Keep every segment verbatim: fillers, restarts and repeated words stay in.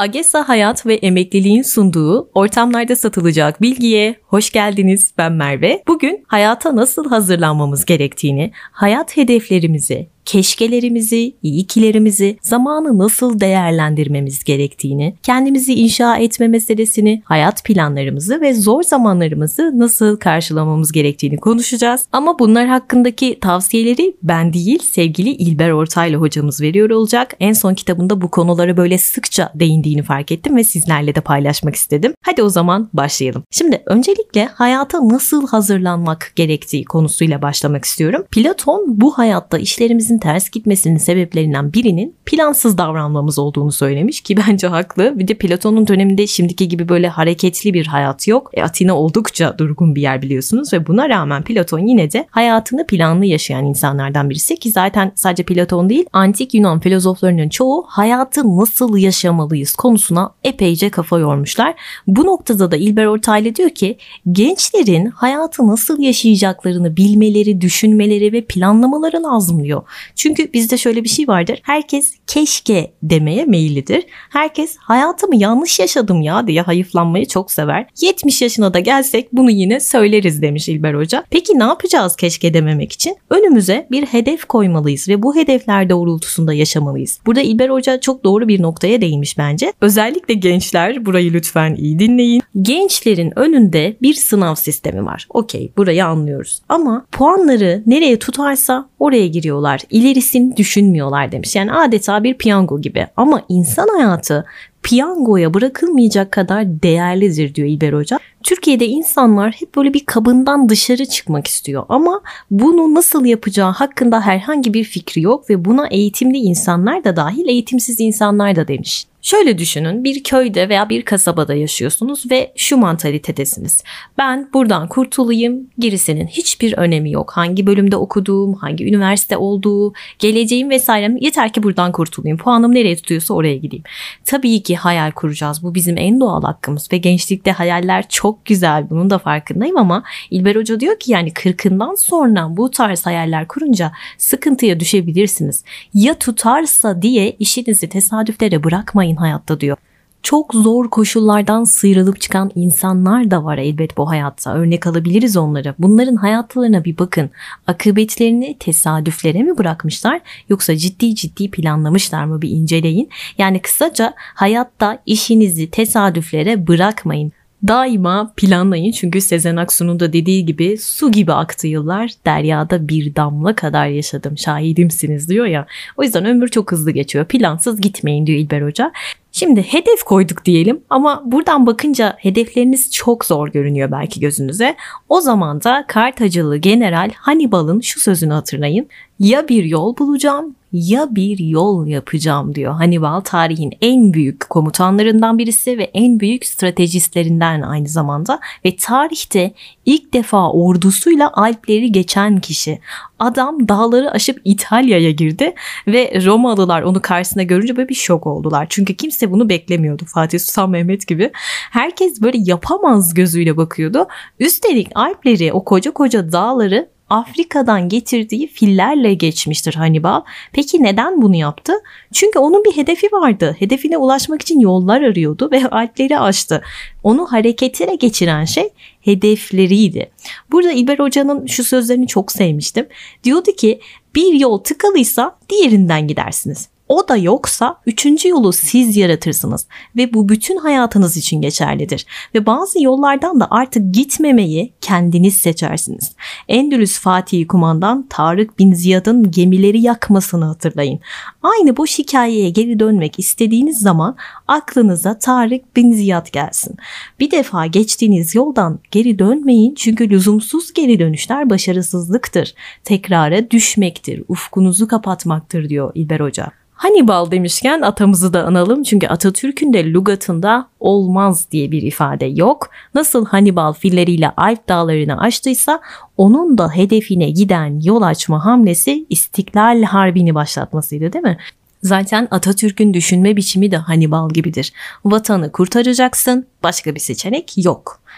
AgeSA Hayat ve Emekliliğin sunduğu ortamlarda satılacak bilgiye hoş geldiniz. Ben Merve. Bugün hayata nasıl hazırlanmamız gerektiğini, hayat hedeflerimizi, keşkelerimizi, iyikilerimizi, zamanı nasıl değerlendirmemiz gerektiğini, kendimizi inşa etme meselesini, hayat planlarımızı ve zor zamanlarımızı nasıl karşılamamız gerektiğini konuşacağız. Ama bunlar hakkındaki tavsiyeleri ben değil, sevgili İlber Ortaylı hocamız veriyor olacak. En son kitabında bu konulara böyle sıkça değindiğini fark ettim ve sizlerle de paylaşmak istedim. Hadi o zaman başlayalım. Şimdi öncelikle hayata nasıl hazırlanmak gerektiği konusuyla başlamak istiyorum. Platon bu hayatta işlerimizin ters gitmesinin sebeplerinden birinin plansız davranmamız olduğunu söylemiş ki bence haklı. Bir de Platon'un döneminde şimdiki gibi böyle hareketli bir hayat yok. E, Atina oldukça durgun bir yer biliyorsunuz ve buna rağmen Platon yine de hayatını planlı yaşayan insanlardan birisi ki zaten sadece Platon değil, antik Yunan filozoflarının çoğu hayatı nasıl yaşamalıyız konusuna epeyce kafa yormuşlar. Bu noktada da İlber Ortaylı diyor ki gençlerin hayatı nasıl yaşayacaklarını bilmeleri, düşünmeleri ve planlamaları lazım diyor. Çünkü bizde şöyle bir şey vardır. Herkes keşke demeye meyillidir. Herkes hayatımı yanlış yaşadım ya diye hayıflanmayı çok sever. yetmiş yaşına da gelsek bunu yine söyleriz demiş İlber Hoca. Peki ne yapacağız keşke dememek için? Önümüze bir hedef koymalıyız ve bu hedefler doğrultusunda yaşamalıyız. Burada İlber Hoca çok doğru bir noktaya değinmiş bence. Özellikle gençler burayı lütfen iyi dinleyin. Gençlerin önünde bir sınav sistemi var. Okey, burayı anlıyoruz. Ama puanları nereye tutarsa oraya giriyorlar. İlerisini düşünmüyorlar demiş. Yani adeta bir piyango gibi. Ama insan hayatı piyangoya bırakılmayacak kadar değerlidir diyor İlber Hoca. Türkiye'de insanlar hep böyle bir kabından dışarı çıkmak istiyor ama bunu nasıl yapacağı hakkında herhangi bir fikri yok ve buna eğitimli insanlar da dahil, eğitimsiz insanlar da demiş. Şöyle düşünün, bir köyde veya bir kasabada yaşıyorsunuz ve şu mantalitedesiniz. Ben buradan kurtulayım, gerisinin hiçbir önemi yok. Hangi bölümde okuduğum, hangi üniversite olduğu, geleceğim vesairem, yeter ki buradan kurtulayım. Puanım nereye tutuyorsa oraya gideyim. Tabii ki hayal kuracağız. Bu bizim en doğal hakkımız ve gençlikte hayaller çok güzel. Bunun da farkındayım ama İlber Hoca diyor ki yani kırkından sonra bu tarz hayaller kurunca sıkıntıya düşebilirsiniz. Ya tutarsa diye işinizi tesadüflere bırakmayın hayatta diyor. Çok zor koşullardan sıyrılıp çıkan insanlar da var elbet bu hayatta. Örnek alabiliriz onları. Bunların hayatlarına bir bakın. Akıbetlerini tesadüflere mi bırakmışlar yoksa ciddi ciddi planlamışlar mı bir inceleyin. Yani kısaca hayatta işinizi tesadüflere bırakmayın. Daima planlayın çünkü Sezen Aksu'nun da dediği gibi su gibi aktı yıllar, deryada bir damla kadar yaşadım, şahidimsiniz diyor ya. O yüzden ömür çok hızlı geçiyor, plansız gitmeyin diyor İlber Hoca. Şimdi hedef koyduk diyelim ama buradan bakınca hedefleriniz çok zor görünüyor belki gözünüze. O zaman da Kartacılı General Hannibal'ın şu sözünü hatırlayın. Ya bir yol bulacağım ya bir yol yapacağım diyor. Hannibal tarihin en büyük komutanlarından birisi ve en büyük stratejistlerinden aynı zamanda ve tarihte ilk defa ordusuyla Alpleri geçen kişi. Adam dağları aşıp İtalya'ya girdi ve Romalılar onu karşısına görünce böyle bir şok oldular. Çünkü kimse bunu beklemiyordu. Fatih Sultan Mehmet gibi. Herkes böyle yapamaz gözüyle bakıyordu. Üstelik Alpleri, o koca koca dağları Afrika'dan getirdiği fillerle geçmiştir Hannibal. Peki neden bunu yaptı? Çünkü onun bir hedefi vardı. Hedefine ulaşmak için yollar arıyordu ve Alpleri aştı. Onu hareketine geçiren şey hedefleriydi. Burada İlber Hoca'nın şu sözlerini çok sevmiştim. Diyordu ki bir yol tıkalıysa diğerinden gidersiniz. O da yoksa üçüncü yolu siz yaratırsınız ve bu bütün hayatınız için geçerlidir. Ve bazı yollardan da artık gitmemeyi kendiniz seçersiniz. Endülüs Fatihi kumandan Tarık bin Ziyad'ın gemileri yakmasını hatırlayın. Aynı boş hikayeye geri dönmek istediğiniz zaman aklınıza Tarık bin Ziyad gelsin. Bir defa geçtiğiniz yoldan geri dönmeyin çünkü lüzumsuz geri dönüşler başarısızlıktır. Tekrara düşmektir, ufkunuzu kapatmaktır diyor İlber Hoca. Hannibal demişken atamızı da analım çünkü Atatürk'ün de lügatında olmaz diye bir ifade yok. Nasıl Hannibal filleriyle Alp dağlarını aştıysa onun da hedefine giden yol açma hamlesi İstiklal Harbi'ni başlatmasıydı değil mi? Zaten Atatürk'ün düşünme biçimi de Hannibal gibidir. Vatanı kurtaracaksın, başka bir seçenek yok.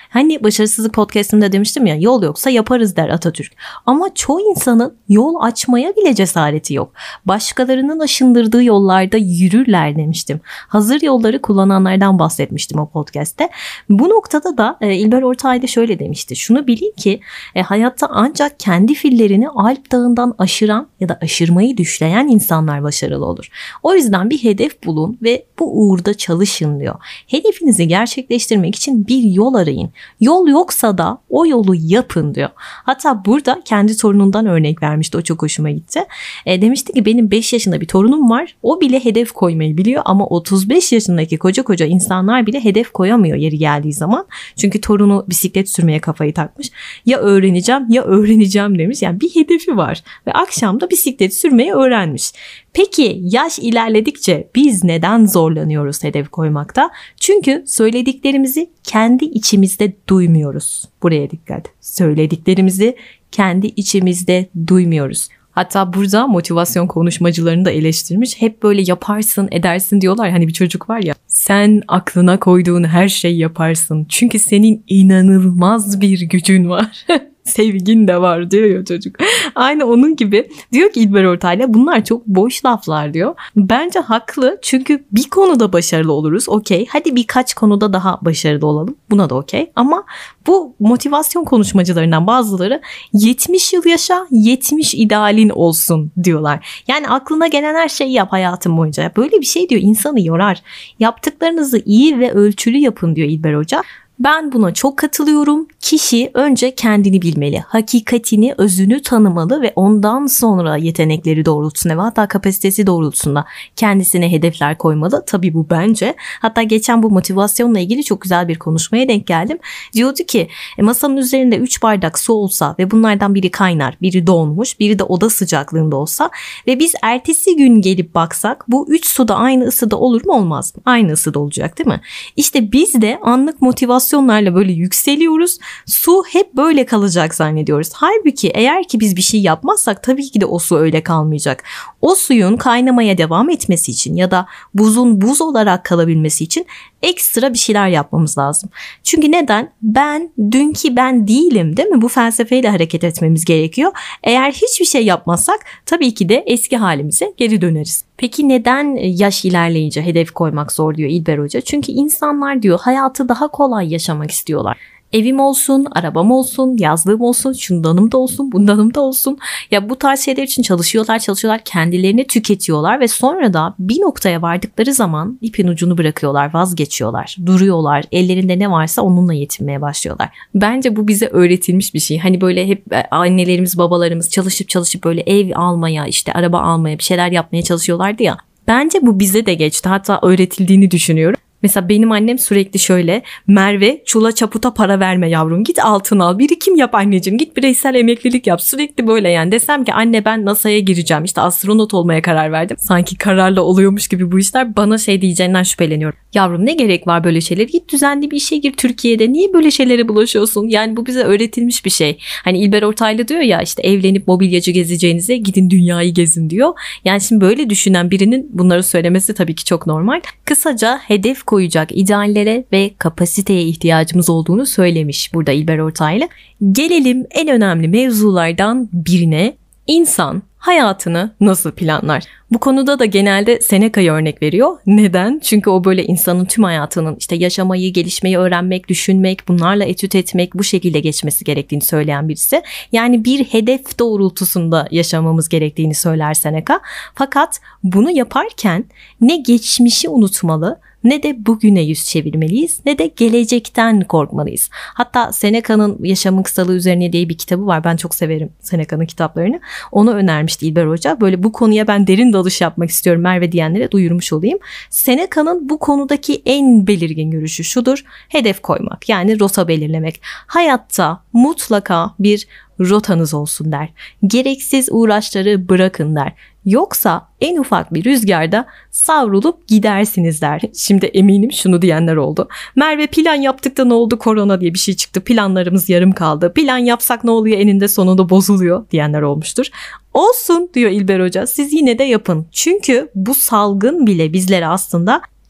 Hani başarısızlık podcastımda demiştim ya, yol yoksa yaparız der Atatürk. Ama çoğu insanın yol açmaya bile cesareti yok. Başkalarının aşındırdığı yollarda yürürler demiştim. Hazır yolları kullananlardan bahsetmiştim o podcastte. Bu noktada da e, İlber Ortaylı şöyle demişti. Şunu bilin ki e, hayatta ancak kendi fillerini Alp Dağı'ndan aşıran ya da aşırmayı düşleyen insanlar başarılı olur. O yüzden bir hedef bulun ve bu uğurda çalışın diyor. Hedefinizi gerçekleştirmek için bir yol arayın. Yol yoksa da o yolu yapın diyor. Hatta burada kendi torunundan örnek vermişti. O çok hoşuma gitti. E, demişti ki benim beş yaşında bir torunum var. O bile hedef koymayı biliyor ama otuz beş yaşındaki koca koca insanlar bile hedef koyamıyor yeri geldiği zaman. Çünkü torunu bisiklet sürmeye kafayı takmış. Ya öğreneceğim ya öğreneceğim demiş. Yani bir hedefi var ve akşam da bisiklet sürmeyi öğrenmiş. Peki yaş ilerledikçe biz neden zorlanıyoruz hedef koymakta? Çünkü söylediklerimizi kendi içimizde duymuyoruz. Buraya dikkat. Söylediklerimizi kendi içimizde duymuyoruz. Hatta burada motivasyon konuşmacılarını da eleştirmiş. Hep böyle yaparsın, edersin diyorlar. Hani bir çocuk var ya, sen aklına koyduğun her şeyi yaparsın. Çünkü senin inanılmaz bir gücün var. Sevgin de var diyor ya çocuk. Aynı onun gibi. Diyor ki İlber Ortaylı, bunlar çok boş laflar diyor. Bence haklı, çünkü bir konuda başarılı oluruz. Okey. Hadi birkaç konuda daha başarılı olalım. Buna da okey. Ama bu motivasyon konuşmacılarından bazıları yetmiş yıl yaşa, yetmiş idealin olsun diyorlar. Yani aklına gelen her şeyi yap hayatın boyunca. Böyle bir şey diyor insanı yorar. Yaptıklarınızı iyi ve ölçülü yapın diyor İlber Hoca. Ben buna çok katılıyorum. Kişi önce kendini bilmeli, hakikatini, özünü tanımalı ve ondan sonra yetenekleri doğrultusunda ve hatta kapasitesi doğrultusunda kendisine hedefler koymalı. Tabii bu bence. Hatta geçen bu motivasyonla ilgili çok güzel bir konuşmaya denk geldim. Diyordu ki masanın üzerinde üç bardak su olsa ve bunlardan biri kaynar, biri donmuş, biri de oda sıcaklığında olsa ve biz ertesi gün gelip baksak bu üç su da aynı ısıda olur mu olmaz mı? Aynı ısıda olacak değil mi? İşte biz de anlık motivasyon motivasyonlarla böyle yükseliyoruz. Su hep böyle kalacak zannediyoruz. Halbuki eğer ki biz bir şey yapmazsak tabii ki de o su öyle kalmayacak. O suyun kaynamaya devam etmesi için ya da buzun buz olarak kalabilmesi için ekstra bir şeyler yapmamız lazım. Çünkü neden? Ben dünkü ben değilim, değil mi? Bu felsefeyle hareket etmemiz gerekiyor. Eğer hiçbir şey yapmazsak tabii ki de eski halimize geri döneriz. Peki neden yaş ilerleyince hedef koymak zor diyor İlber Hoca? Çünkü insanlar diyor hayatı daha kolay yaşamak istiyorlar. Evim olsun, arabam olsun, yazlığım olsun, şundanım da olsun, bundanım da olsun. Ya bu tarz şeyler için çalışıyorlar, çalışıyorlar, kendilerini tüketiyorlar ve sonra da bir noktaya vardıkları zaman ipin ucunu bırakıyorlar, vazgeçiyorlar, duruyorlar. Ellerinde ne varsa onunla yetinmeye başlıyorlar. Bence bu bize öğretilmiş bir şey. Hani böyle hep annelerimiz, babalarımız çalışıp çalışıp böyle ev almaya, işte araba almaya, bir şeyler yapmaya çalışıyorlardı ya. Bence bu bize de geçti. Hatta öğretildiğini düşünüyorum. Mesela benim annem sürekli şöyle, Merve çula çaputa para verme yavrum, git altın al, birikim yap anneciğim, git bireysel emeklilik yap, sürekli böyle. Yani desem ki anne ben NASA'ya gireceğim, işte astronot olmaya karar verdim, sanki kararla oluyormuş gibi bu işler, bana şey diyeceğinden şüpheleniyorum. Yavrum ne gerek var böyle şeyler, git düzenli bir işe gir Türkiye'de, niye böyle şeylere bulaşıyorsun? Yani bu bize öğretilmiş bir şey. Hani İlber Ortaylı diyor ya, işte evlenip mobilyacı gezeceğinize gidin dünyayı gezin diyor. Yani şimdi böyle düşünen birinin bunları söylemesi tabii ki çok normal. Kısaca hedef koyacak ideallere ve kapasiteye ihtiyacımız olduğunu söylemiş burada İlber Ortaylı. Gelelim en önemli mevzulardan birine. İnsan hayatını nasıl planlar? Bu konuda da genelde Seneca'yı örnek veriyor. Neden? Çünkü o böyle insanın tüm hayatının işte yaşamayı, gelişmeyi öğrenmek, düşünmek, bunlarla etüt etmek, bu şekilde geçmesi gerektiğini söyleyen birisi. Yani bir hedef doğrultusunda yaşamamız gerektiğini söyler Seneca. Fakat bunu yaparken ne geçmişi unutmalı, ne de bugüne yüz çevirmeliyiz, ne de gelecekten korkmalıyız. Hatta Seneca'nın Yaşamın Kısalığı Üzerine diye bir kitabı var. Ben çok severim Seneca'nın kitaplarını. Onu önermişti İlber Hoca. Böyle bu konuya ben derin dalış yapmak istiyorum Merve diyenlere duyurmuş olayım. Seneca'nın bu konudaki en belirgin görüşü şudur: hedef koymak, yani rota belirlemek. Hayatta mutlaka bir rotanız olsun der. Gereksiz uğraşları bırakın der. Yoksa en ufak bir rüzgarda savrulup gidersiniz der. Şimdi eminim şunu diyenler oldu: Merve plan yaptık da ne oldu, korona diye bir şey çıktı, planlarımız yarım kaldı, plan yapsak ne oluyor, eninde sonunda bozuluyor diyenler olmuştur. Olsun diyor İlber Hoca, siz yine de yapın. Çünkü bu salgın bile bizlere aslında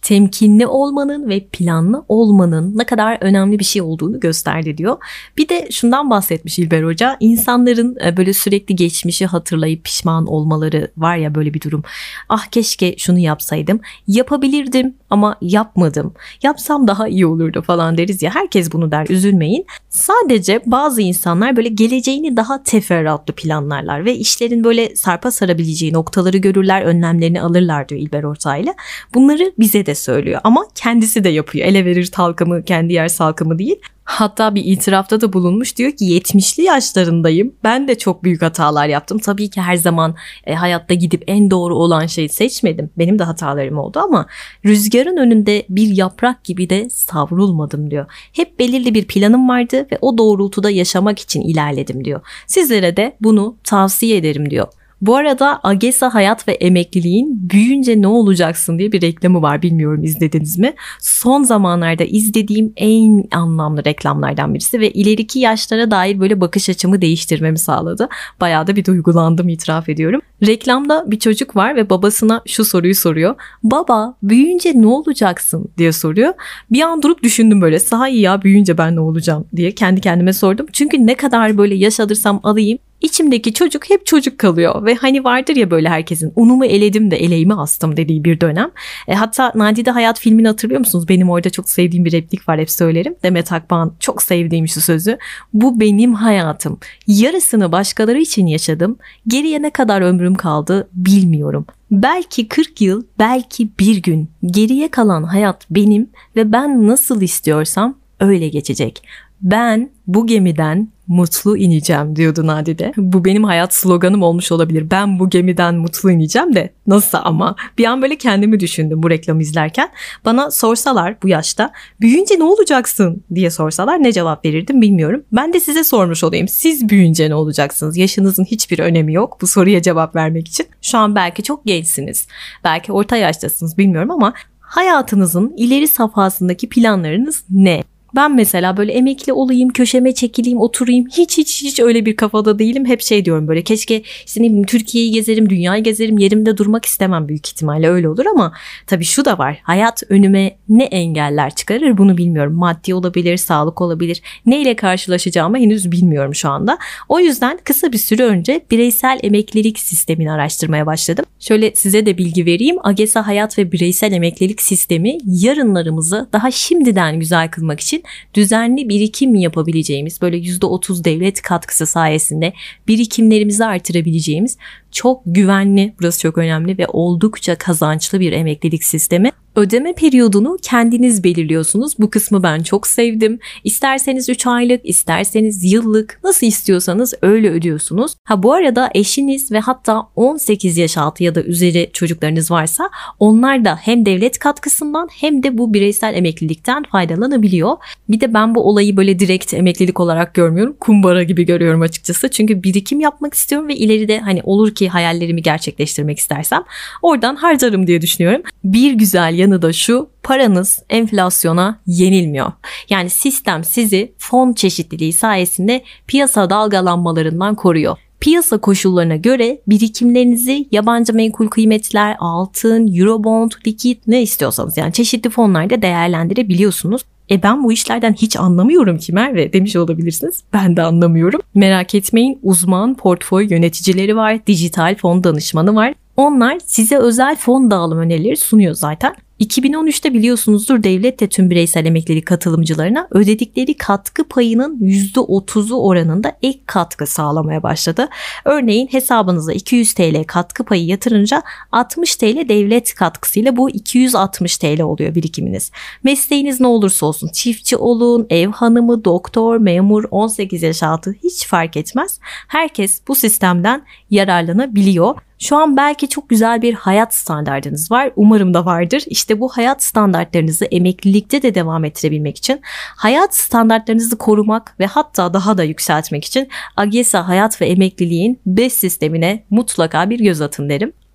temkinli olmanın ve planlı olmanın ne kadar önemli bir şey olduğunu gösterdi diyor. Bir de şundan bahsetmiş İlber Hoca. İnsanların böyle sürekli geçmişi hatırlayıp pişman olmaları var ya, böyle bir durum. Ah keşke şunu yapsaydım, yapabilirdim ama yapmadım, yapsam daha iyi olurdu falan deriz ya. Herkes bunu der, üzülmeyin. Sadece bazı insanlar böyle geleceğini daha teferruatlı planlarlar ve işlerin böyle sarpa sarabileceği noktaları görürler, önlemlerini alırlar diyor İlber Ortaylı. Bunları bize de söylüyor ama kendisi de yapıyor. Ele verir talkamı kendi yer salkımı değil. Hatta bir itirafta da bulunmuş, diyor ki yetmişli yaşlarındayım. Ben de çok büyük hatalar yaptım. Tabii ki her zaman e, hayatta gidip en doğru olan şeyi seçmedim. Benim de hatalarım oldu ama rüzgarın önünde bir yaprak gibi de savrulmadım diyor. Hep belirli bir planım vardı ve o doğrultuda yaşamak için ilerledim diyor. Sizlere de bunu tavsiye ederim diyor. Bu arada AGESA Hayat ve Emekliliğin büyüyünce ne olacaksın diye bir reklamı var. Bilmiyorum izlediniz mi? Son zamanlarda izlediğim en anlamlı reklamlardan birisi ve ileriki yaşlara dair böyle bakış açımı değiştirmemi sağladı. Bayağı da bir duygulandım, itiraf ediyorum. Reklamda bir çocuk var ve babasına şu soruyu soruyor. Baba, büyüyünce ne olacaksın diye soruyor. Bir an durup düşündüm, böyle sahi ya, büyüyünce ben ne olacağım diye kendi kendime sordum. Çünkü ne kadar böyle yaş alırsam alayım İçimdeki çocuk hep çocuk kalıyor ve hani vardır ya böyle herkesin unumu eledim de eleğimi astım dediği bir dönem. E, hatta Nadide Hayat filmini hatırlıyor musunuz? Benim orada çok sevdiğim bir replik var, hep söylerim. Demet Akbağ'ın çok sevdiğim şu sözü. Bu benim hayatım. Yarısını başkaları için yaşadım. Geriye ne kadar ömrüm kaldı bilmiyorum. Belki kırk yıl, belki bir gün. Geriye kalan hayat benim ve ben nasıl istiyorsam öyle geçecek. Ben bu gemiden mutlu ineceğim diyordu Nadide. Bu benim hayat sloganım olmuş olabilir. Ben bu gemiden mutlu ineceğim de nasıl ama? Bir an böyle kendimi düşündüm bu reklamı izlerken. Bana sorsalar bu yaşta büyüyünce ne olacaksın diye sorsalar ne cevap verirdim bilmiyorum. Ben de size sormuş olayım. Siz büyüyünce ne olacaksınız? Yaşınızın hiçbir önemi yok bu soruya cevap vermek için. Şu an belki çok gençsiniz. Belki orta yaştasınız, bilmiyorum ama hayatınızın ileri safhasındaki planlarınız ne? Ben mesela böyle emekli olayım, köşeme çekileyim, oturayım. Hiç hiç hiç öyle bir kafada değilim. Hep şey diyorum böyle, keşke işte ne bileyim Türkiye'yi gezerim, dünyayı gezerim, yerimde durmak istemem, büyük ihtimalle öyle olur ama tabii şu da var. Hayat önüme ne engeller çıkarır bunu bilmiyorum. Maddi olabilir, sağlık olabilir. Neyle karşılaşacağımı henüz bilmiyorum şu anda. O yüzden kısa bir süre önce bireysel emeklilik sistemini araştırmaya başladım. Şöyle size de bilgi vereyim. AGESA Hayat ve Bireysel Emeklilik Sistemi yarınlarımızı daha şimdiden güzel kılmak için düzenli birikim yapabileceğimiz, böyle yüzde otuz devlet katkısı sayesinde birikimlerimizi artırabileceğimiz çok güvenli, burası çok önemli ve oldukça kazançlı bir emeklilik sistemi. Ödeme periyodunu kendiniz belirliyorsunuz. Bu kısmı ben çok sevdim. İsterseniz üç aylık, isterseniz yıllık, nasıl istiyorsanız öyle ödüyorsunuz. Ha bu arada eşiniz ve hatta on sekiz yaş altı ya da üzeri çocuklarınız varsa onlar da hem devlet katkısından hem de bu bireysel emeklilikten faydalanabiliyor. Bir de ben bu olayı böyle direkt emeklilik olarak görmüyorum. Kumbara gibi görüyorum açıkçası. Çünkü birikim yapmak istiyorum ve ileride hani olur ki hayallerimi gerçekleştirmek istersem oradan harcarım diye düşünüyorum. Bir güzel yanı da şu: paranız enflasyona yenilmiyor. Yani sistem sizi fon çeşitliliği sayesinde piyasa dalgalanmalarından koruyor. Piyasa koşullarına göre birikimlerinizi yabancı menkul kıymetler, altın, eurobond, likit ne istiyorsanız yani çeşitli fonlarda değerlendirebiliyorsunuz. E ben bu işlerden hiç anlamıyorum ki Merve demiş olabilirsiniz. Ben de anlamıyorum. Merak etmeyin, uzman portföy yöneticileri var, dijital fon danışmanı var. Onlar size özel fon dağılım önerileri sunuyor zaten. iki bin on üçte biliyorsunuzdur devlet de tüm bireysel emeklilik katılımcılarına ödedikleri katkı payının yüzde otuzu oranında ek katkı sağlamaya başladı. Örneğin hesabınıza iki yüz TL katkı payı yatırınca altmış TL devlet katkısıyla bu iki yüz altmış TL oluyor birikiminiz. Mesleğiniz ne olursa olsun, çiftçi olun, ev hanımı, doktor, memur, on sekiz yaş altı hiç fark etmez. Herkes bu sistemden yararlanabiliyor. Şu an belki çok güzel bir hayat standardınız var. Umarım da vardır. İşte bu hayat standartlarınızı emeklilikte de devam ettirebilmek için, hayat standartlarınızı korumak ve hatta daha da yükseltmek için AGESA Hayat ve Emekliliğin B E S sistemine mutlaka bir göz atın derim.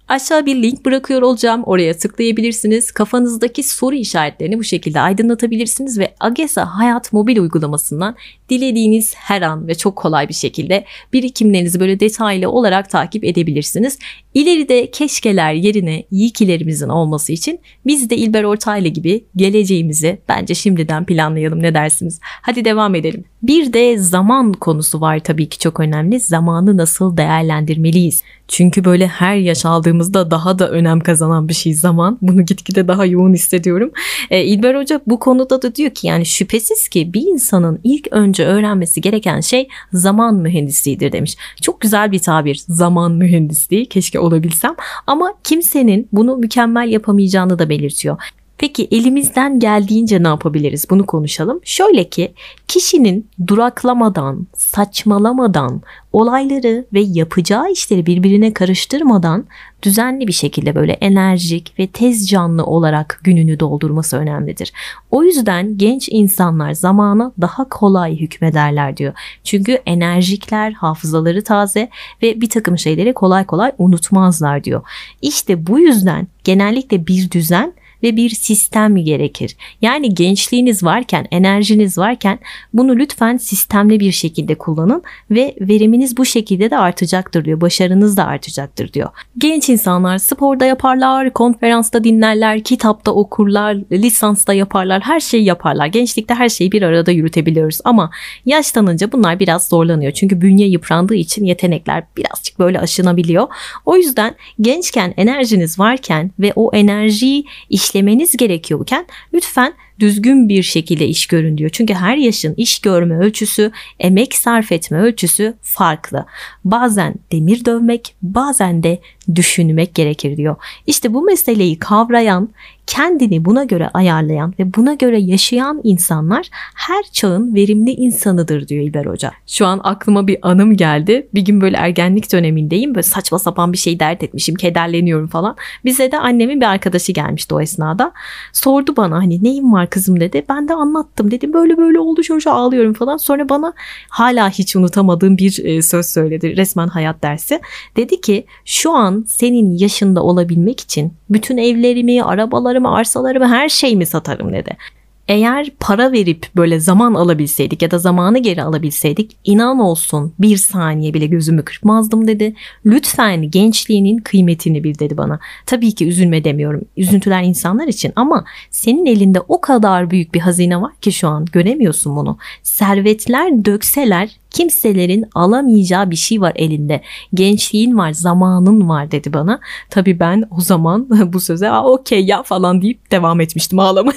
Aşağı bir link bırakıyor olacağım. Oraya tıklayabilirsiniz. Kafanızdaki soru işaretlerini bu şekilde aydınlatabilirsiniz ve AGESA Hayat mobil uygulamasından dilediğiniz her an ve çok kolay bir şekilde birikimlerinizi böyle detaylı olarak takip edebilirsiniz. İleride keşkeler yerine iyi kilerimizin olması için biz de İlber Ortaylı gibi geleceğimizi bence şimdiden planlayalım, ne dersiniz? Hadi devam edelim. Bir de zaman konusu var, tabii ki çok önemli. Zamanı nasıl değerlendirmeliyiz? Çünkü böyle her yaş aldığımızda daha da önem kazanan bir şey zaman. Bunu gitgide daha yoğun hissediyorum. Ee, İlber Hoca bu konuda da diyor ki yani şüphesiz ki bir insanın ilk önce öğrenmesi gereken şey zaman mühendisliğidir demiş. Çok güzel bir tabir, zaman mühendisliği, keşke olabilsem, ama kimsenin bunu mükemmel yapamayacağını da belirtiyor. Peki elimizden geldiğince ne yapabiliriz? Bunu konuşalım. Şöyle ki kişinin duraklamadan, saçmalamadan, olayları ve yapacağı işleri birbirine karıştırmadan düzenli bir şekilde böyle enerjik ve tez canlı olarak gününü doldurması önemlidir. O yüzden genç insanlar zamana daha kolay hükmederler diyor. Çünkü enerjikler, hafızaları taze ve bir takım şeyleri kolay kolay unutmazlar diyor. İşte bu yüzden genellikle bir düzen ve bir sistem gerekir. Yani gençliğiniz varken, enerjiniz varken bunu lütfen sistemli bir şekilde kullanın ve veriminiz bu şekilde de artacaktır diyor. Başarınız da artacaktır diyor. Genç insanlar sporda yaparlar, konferansta dinlerler, kitapta okurlar, lisansta yaparlar, her şeyi yaparlar. Gençlikte her şeyi bir arada yürütebiliyoruz ama yaşlanınca bunlar biraz zorlanıyor. Çünkü bünye yıprandığı için yetenekler birazcık böyle aşınabiliyor. O yüzden gençken, enerjiniz varken ve o enerjiyi işlemeniz gerekiyorken lütfen düzgün bir şekilde iş görün diyor. Çünkü her yaşın iş görme ölçüsü, emek sarf etme ölçüsü farklı. Bazen demir dövmek, bazen de düşünmek gerekir diyor. İşte bu meseleyi kavrayan, kendini buna göre ayarlayan ve buna göre yaşayan insanlar her çağın verimli insanıdır diyor İlber Hoca. Şu an aklıma bir anım geldi. Bir gün böyle ergenlik dönemindeyim. Böyle saçma sapan bir şey dert etmişim. Kederleniyorum falan. Bize de annemin bir arkadaşı gelmişti o esnada. Sordu bana hani neyin var kızım dedi. Ben de anlattım. Dedim böyle böyle oldu, şu şu ağlıyorum falan. Sonra bana hala hiç unutamadığım bir söz söyledi. Resmen hayat dersi. Dedi ki şu an senin yaşında olabilmek için bütün evlerimi, arabalarımı, arsalarımı, her şeyimi satarım dedi. Eğer para verip böyle zaman alabilseydik ya da zamanı geri alabilseydik, inan olsun bir saniye bile gözümü kırpmazdım dedi. Lütfen gençliğinin kıymetini bil dedi bana. Tabii ki üzülme demiyorum. Üzüntüler insanlar için ama senin elinde o kadar büyük bir hazine var ki şu an göremiyorsun bunu. Servetler dökseler kimselerin alamayacağı bir şey var elinde. Gençliğin var, zamanın var dedi bana. Tabii ben o zaman bu söze okey ya falan deyip devam etmiştim ağlamaya.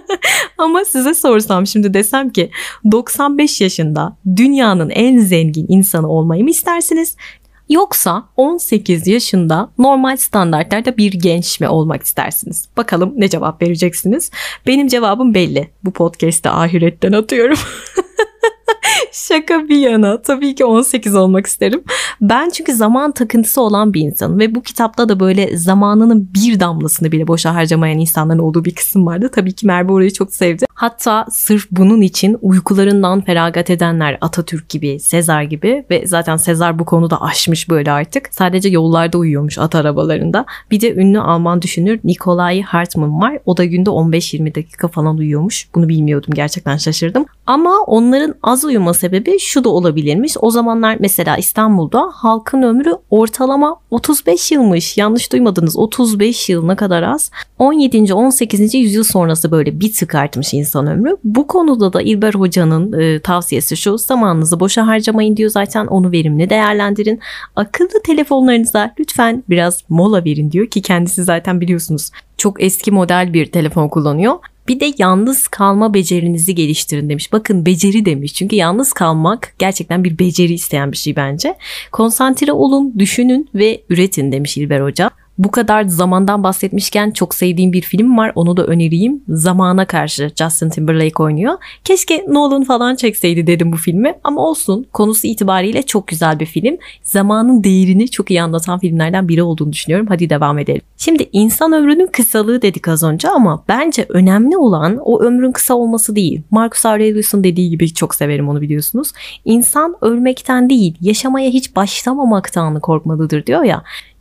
Ama size sorsam şimdi desem ki doksan beş yaşında dünyanın en zengin insanı olmayı mı istersiniz? Yoksa on sekiz yaşında normal standartlarda bir genç mi olmak istersiniz? Bakalım ne cevap vereceksiniz? Benim cevabım belli. Bu podcast'te ahiretten atıyorum. Şaka bir yana tabii ki on sekiz olmak isterim. Ben çünkü zaman takıntısı olan bir insanım ve bu kitapta da böyle zamanının bir damlasını bile boşa harcamayan insanların olduğu bir kısım vardı. Tabii ki Merve orayı çok sevdi. Hatta sırf bunun için uykularından feragat edenler, Atatürk gibi, Sezar gibi, ve zaten Sezar bu konuda aşmış böyle artık. Sadece yollarda uyuyormuş, at arabalarında. Bir de ünlü Alman düşünür Nikolai Hartmann var. O da günde on beş yirmi dakika falan uyuyormuş. Bunu bilmiyordum, gerçekten şaşırdım. Ama onların az uyuma sebebi şu da olabilirmiş. O zamanlar mesela İstanbul'da halkın ömrü ortalama otuz beş yılmış. Yanlış duymadınız, otuz beş yıl, ne kadar az. on yedinci on sekizinci yüzyıl sonrası böyle bir tık artmış insan ömrü. Bu konuda da İlber Hoca'nın e, tavsiyesi şu: zamanınızı boşa harcamayın diyor zaten, onu verimli değerlendirin. Akıllı telefonlarınıza lütfen biraz mola verin diyor ki kendisi zaten biliyorsunuz çok eski model bir telefon kullanıyor. Bir de yalnız kalma becerinizi geliştirin demiş. Bakın beceri demiş. Çünkü yalnız kalmak gerçekten bir beceri isteyen bir şey bence. Konsantre olun, düşünün ve üretin demiş İlber Hoca. Bu kadar zamandan bahsetmişken çok sevdiğim bir film var. Onu da önereyim. Zamana Karşı, Justin Timberlake oynuyor. Keşke Nolan falan çekseydi dedim bu filmi. Ama olsun, konusu itibariyle çok güzel bir film. Zamanın değerini çok iyi anlatan filmlerden biri olduğunu düşünüyorum. Hadi devam edelim. Şimdi insan ömrünün kısalığı dedik az önce ama bence önemli olan o ömrün kısa olması değil. Marcus Aurelius'un dediği gibi, çok severim onu biliyorsunuz. İnsan ölmekten değil, yaşamaya hiç başlamamaktan korkmalıdır diyor ya.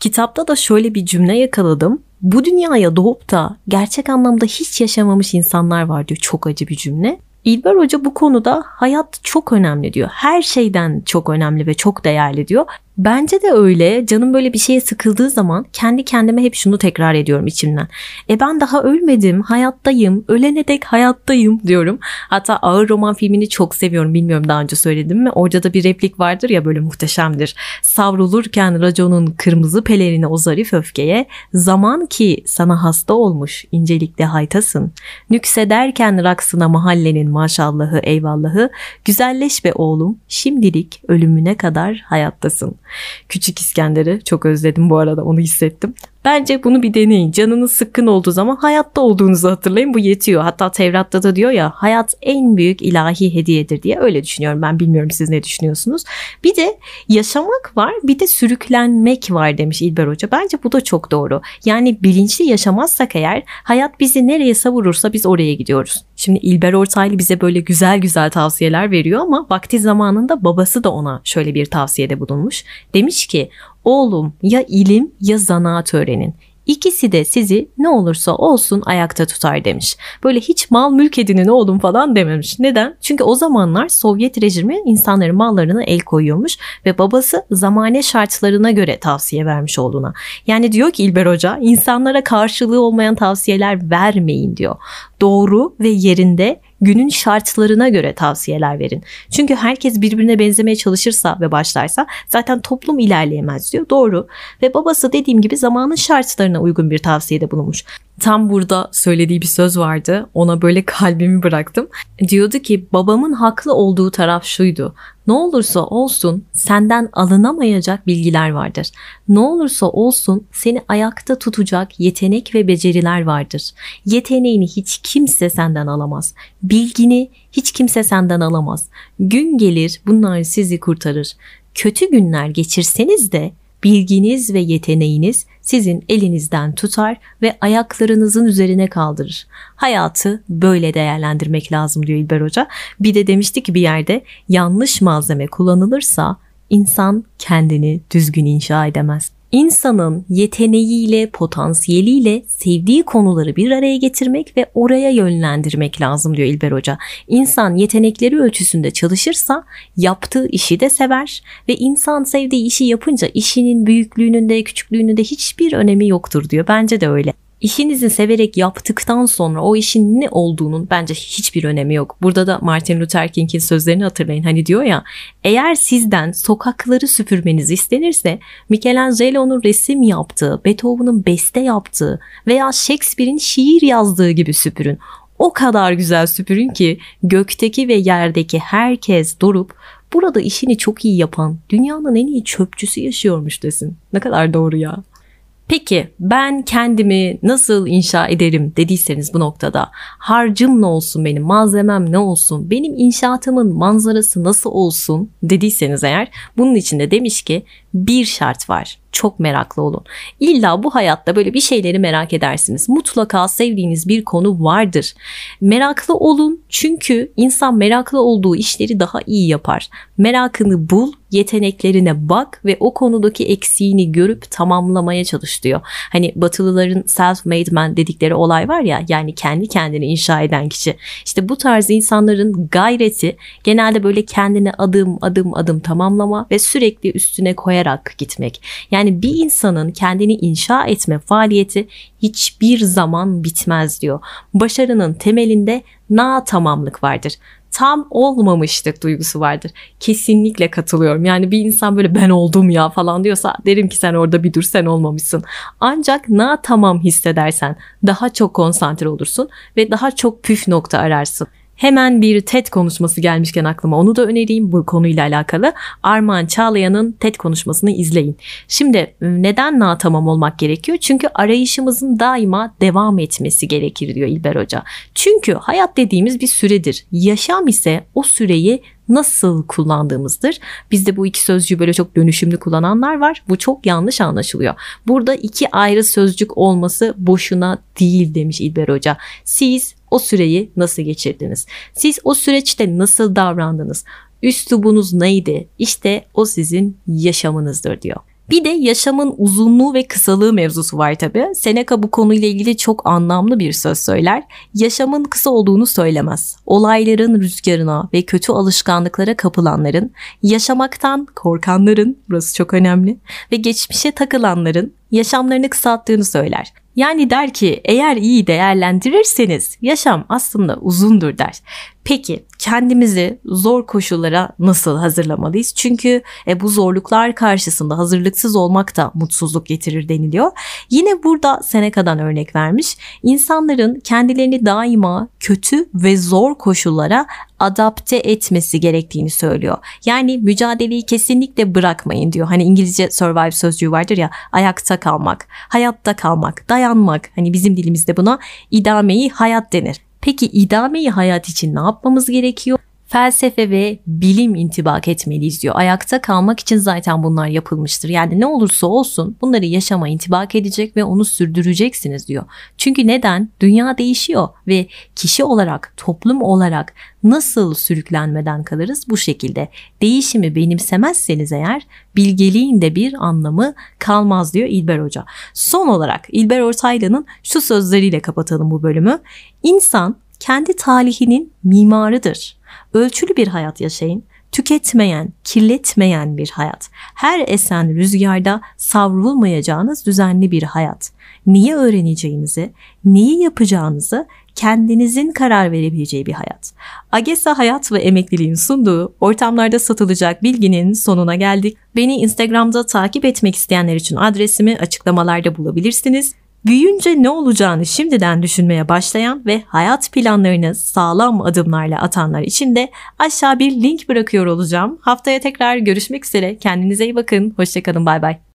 Kitapta da şöyle bir cümle yakaladım. Bu dünyaya doğup da gerçek anlamda hiç yaşamamış insanlar var diyor. Çok acı bir cümle. İlber Hoca bu konuda hayat çok önemli diyor. Her şeyden çok önemli ve çok değerli diyor. Bence de öyle. Canım böyle bir şeye sıkıldığı zaman kendi kendime hep şunu tekrar ediyorum içimden. E ben daha ölmedim, hayattayım, ölene dek hayattayım diyorum. Hatta Ağır Roman filmini çok seviyorum. Bilmiyorum daha önce söyledim mi? Orada da bir replik vardır ya, böyle muhteşemdir. Savrulurken raconun kırmızı pelerini o zarif öfkeye, zaman ki sana hasta olmuş incelikle haytasın. Nüksederken raksına mahallenin maşallahı eyvallahı, güzelleş be oğlum, şimdilik ölümüne kadar hayattasın. Küçük İskender'i çok özledim bu arada, onu hissettim. Bence bunu bir deneyin. Canınız sıkkın olduğu zaman hayatta olduğunuzu hatırlayın. Bu yetiyor. Hatta Tevrat'ta da diyor ya, hayat en büyük ilahi hediyedir diye. Öyle düşünüyorum ben. Bilmiyorum siz ne düşünüyorsunuz? Bir de yaşamak var, bir de sürüklenmek var demiş İlber Hoca. Bence bu da çok doğru. Yani bilinçli yaşamazsak eğer hayat bizi nereye savurursa biz oraya gidiyoruz. Şimdi İlber Ortaylı bize böyle güzel güzel tavsiyeler veriyor ama vakti zamanında babası da ona şöyle bir tavsiyede bulunmuş. Demiş ki, oğlum ya ilim ya zanaat öğrenin. İkisi de sizi ne olursa olsun ayakta tutar demiş. Böyle hiç mal mülk edinin oğlum falan dememiş. Neden? Çünkü o zamanlar Sovyet rejimi insanların mallarına el koyuyormuş ve babası zamane şartlarına göre tavsiye vermiş oğluna. Yani diyor ki İlber Hoca, insanlara karşılığı olmayan tavsiyeler vermeyin diyor. Doğru ve yerinde, günün şartlarına göre tavsiyeler verin. Çünkü herkes birbirine benzemeye çalışırsa ve başlarsa zaten toplum ilerleyemez diyor. Doğru. Ve babası dediğim gibi zamanın şartlarına uygun bir tavsiyede bulunmuş. Tam burada söylediği bir söz vardı. Ona böyle kalbimi bıraktım. Diyordu ki, babamın haklı olduğu taraf şuydu. Ne olursa olsun senden alınamayacak bilgiler vardır. Ne olursa olsun seni ayakta tutacak yetenek ve beceriler vardır. Yeteneğini hiç kimse senden alamaz. Bilgini hiç kimse senden alamaz. Gün gelir bunlar sizi kurtarır. Kötü günler geçirseniz de bilginiz ve yeteneğiniz sizin elinizden tutar ve ayaklarınızın üzerine kaldırır. Hayatı böyle değerlendirmek lazım diyor İlber Hoca. Bir de demişti ki bir yerde, yanlış malzeme kullanılırsa insan kendini düzgün inşa edemez. İnsanın yeteneğiyle, potansiyeliyle sevdiği konuları bir araya getirmek ve oraya yönlendirmek lazım diyor İlber Hoca. İnsan yetenekleri ölçüsünde çalışırsa yaptığı işi de sever ve insan sevdiği işi yapınca işinin büyüklüğünün de küçüklüğünün de hiçbir önemi yoktur diyor. Bence de öyle. İşinizi severek yaptıktan sonra o işin ne olduğunun bence hiçbir önemi yok. Burada da Martin Luther King'in sözlerini hatırlayın. Hani diyor ya, eğer sizden sokakları süpürmeniz istenirse Michelangelo'nun resim yaptığı, Beethoven'ın beste yaptığı veya Shakespeare'in şiir yazdığı gibi süpürün. O kadar güzel süpürün ki gökteki ve yerdeki herkes durup burada işini çok iyi yapan dünyanın en iyi çöpçüsü yaşıyormuş desin. Ne kadar doğru ya. Peki ben kendimi nasıl inşa ederim dediyseniz bu noktada, harcım ne olsun benim, malzemem ne olsun, benim inşaatımın manzarası nasıl olsun dediyseniz eğer, bunun için de demiş ki bir şart var. Çok meraklı olun. İlla bu hayatta böyle bir şeyleri merak edersiniz. Mutlaka sevdiğiniz bir konu vardır. Meraklı olun, çünkü insan meraklı olduğu işleri daha iyi yapar. Merakını bul, yeteneklerine bak ve o konudaki eksiğini görüp tamamlamaya çalış diyor. Hani Batılıların self-made man dedikleri olay var ya, yani kendi kendini inşa eden kişi. İşte bu tarz insanların gayreti genelde böyle kendine adım adım adım tamamlama ve sürekli üstüne koyarak gitmek. Yani bir insanın kendini inşa etme faaliyeti hiçbir zaman bitmez diyor. Başarının temelinde na tamamlık vardır. Tam olmamışlık duygusu vardır. Kesinlikle katılıyorum. Yani bir insan böyle ben oldum ya falan diyorsa derim ki sen orada bir dur, sen olmamışsın. Ancak na tamam hissedersen daha çok konsantre olursun ve daha çok püf nokta ararsın. Hemen bir TED konuşması gelmişken aklıma onu da önereyim bu konuyla alakalı. Armağan Çağlayan'ın TED konuşmasını izleyin. Şimdi neden na tamam olmak gerekiyor? Çünkü arayışımızın daima devam etmesi gerekir diyor İlber Hoca. Çünkü hayat dediğimiz bir süredir. Yaşam ise o süreyi nasıl kullandığımızdır. Bizde bu iki sözcüğü böyle çok dönüşümlü kullananlar var. Bu çok yanlış anlaşılıyor. Burada iki ayrı sözcük olması boşuna değil demiş İlber Hoca. Siz o süreyi nasıl geçirdiniz? Siz o süreçte nasıl davrandınız? Üslubunuz neydi? İşte o sizin yaşamınızdır diyor. Bir de yaşamın uzunluğu ve kısalığı mevzusu var tabii. Seneca bu konuyla ilgili çok anlamlı bir söz söyler. Yaşamın kısa olduğunu söylemez. Olayların rüzgarına ve kötü alışkanlıklara kapılanların, yaşamaktan korkanların, burası çok önemli, ve geçmişe takılanların yaşamlarını kısalttığını söyler. Yani der ki eğer iyi değerlendirirseniz yaşam aslında uzundur der. Peki kendimizi zor koşullara nasıl hazırlamalıyız? Çünkü e, bu zorluklar karşısında hazırlıksız olmak da mutsuzluk getirir deniliyor. Yine burada Seneca'dan örnek vermiş. İnsanların kendilerini daima kötü ve zor koşullara adapte etmesi gerektiğini söylüyor. Yani mücadeleyi kesinlikle bırakmayın diyor. Hani İngilizce survive sözcüğü vardır ya, ayakta kalmak, hayatta kalmak, dayanmak. Hani bizim dilimizde buna idameyi hayat denir. Peki idameyi hayat için ne yapmamız gerekiyor? Felsefe ve bilim intibak etmeliyiz diyor. Ayakta kalmak için zaten bunlar yapılmıştır. Yani ne olursa olsun bunları yaşama intibak edecek ve onu sürdüreceksiniz diyor. Çünkü neden? Dünya değişiyor ve kişi olarak, toplum olarak nasıl sürüklenmeden kalırız? Bu şekilde. Değişimi benimsemezseniz eğer bilgeliğin de bir anlamı kalmaz diyor İlber Hoca. Son olarak İlber Ortaylı'nın şu sözleriyle kapatalım bu bölümü. İnsan kendi talihinin mimarıdır. Ölçülü bir hayat yaşayın, tüketmeyen, kirletmeyen bir hayat. Her esen rüzgarda savrulmayacağınız düzenli bir hayat. Neyi öğreneceğinizi, neyi yapacağınızı kendinizin karar verebileceği bir hayat. AGESA Hayat ve Emekliliğin sunduğu ortamlarda satılacak bilginin sonuna geldik. Beni Instagram'da takip etmek isteyenler için adresimi açıklamalarda bulabilirsiniz. Büyüyünce ne olacağını şimdiden düşünmeye başlayan ve hayat planlarını sağlam adımlarla atanlar için de aşağı bir link bırakıyor olacağım. Haftaya tekrar görüşmek üzere. Kendinize iyi bakın. Hoşça kalın. Bay bay.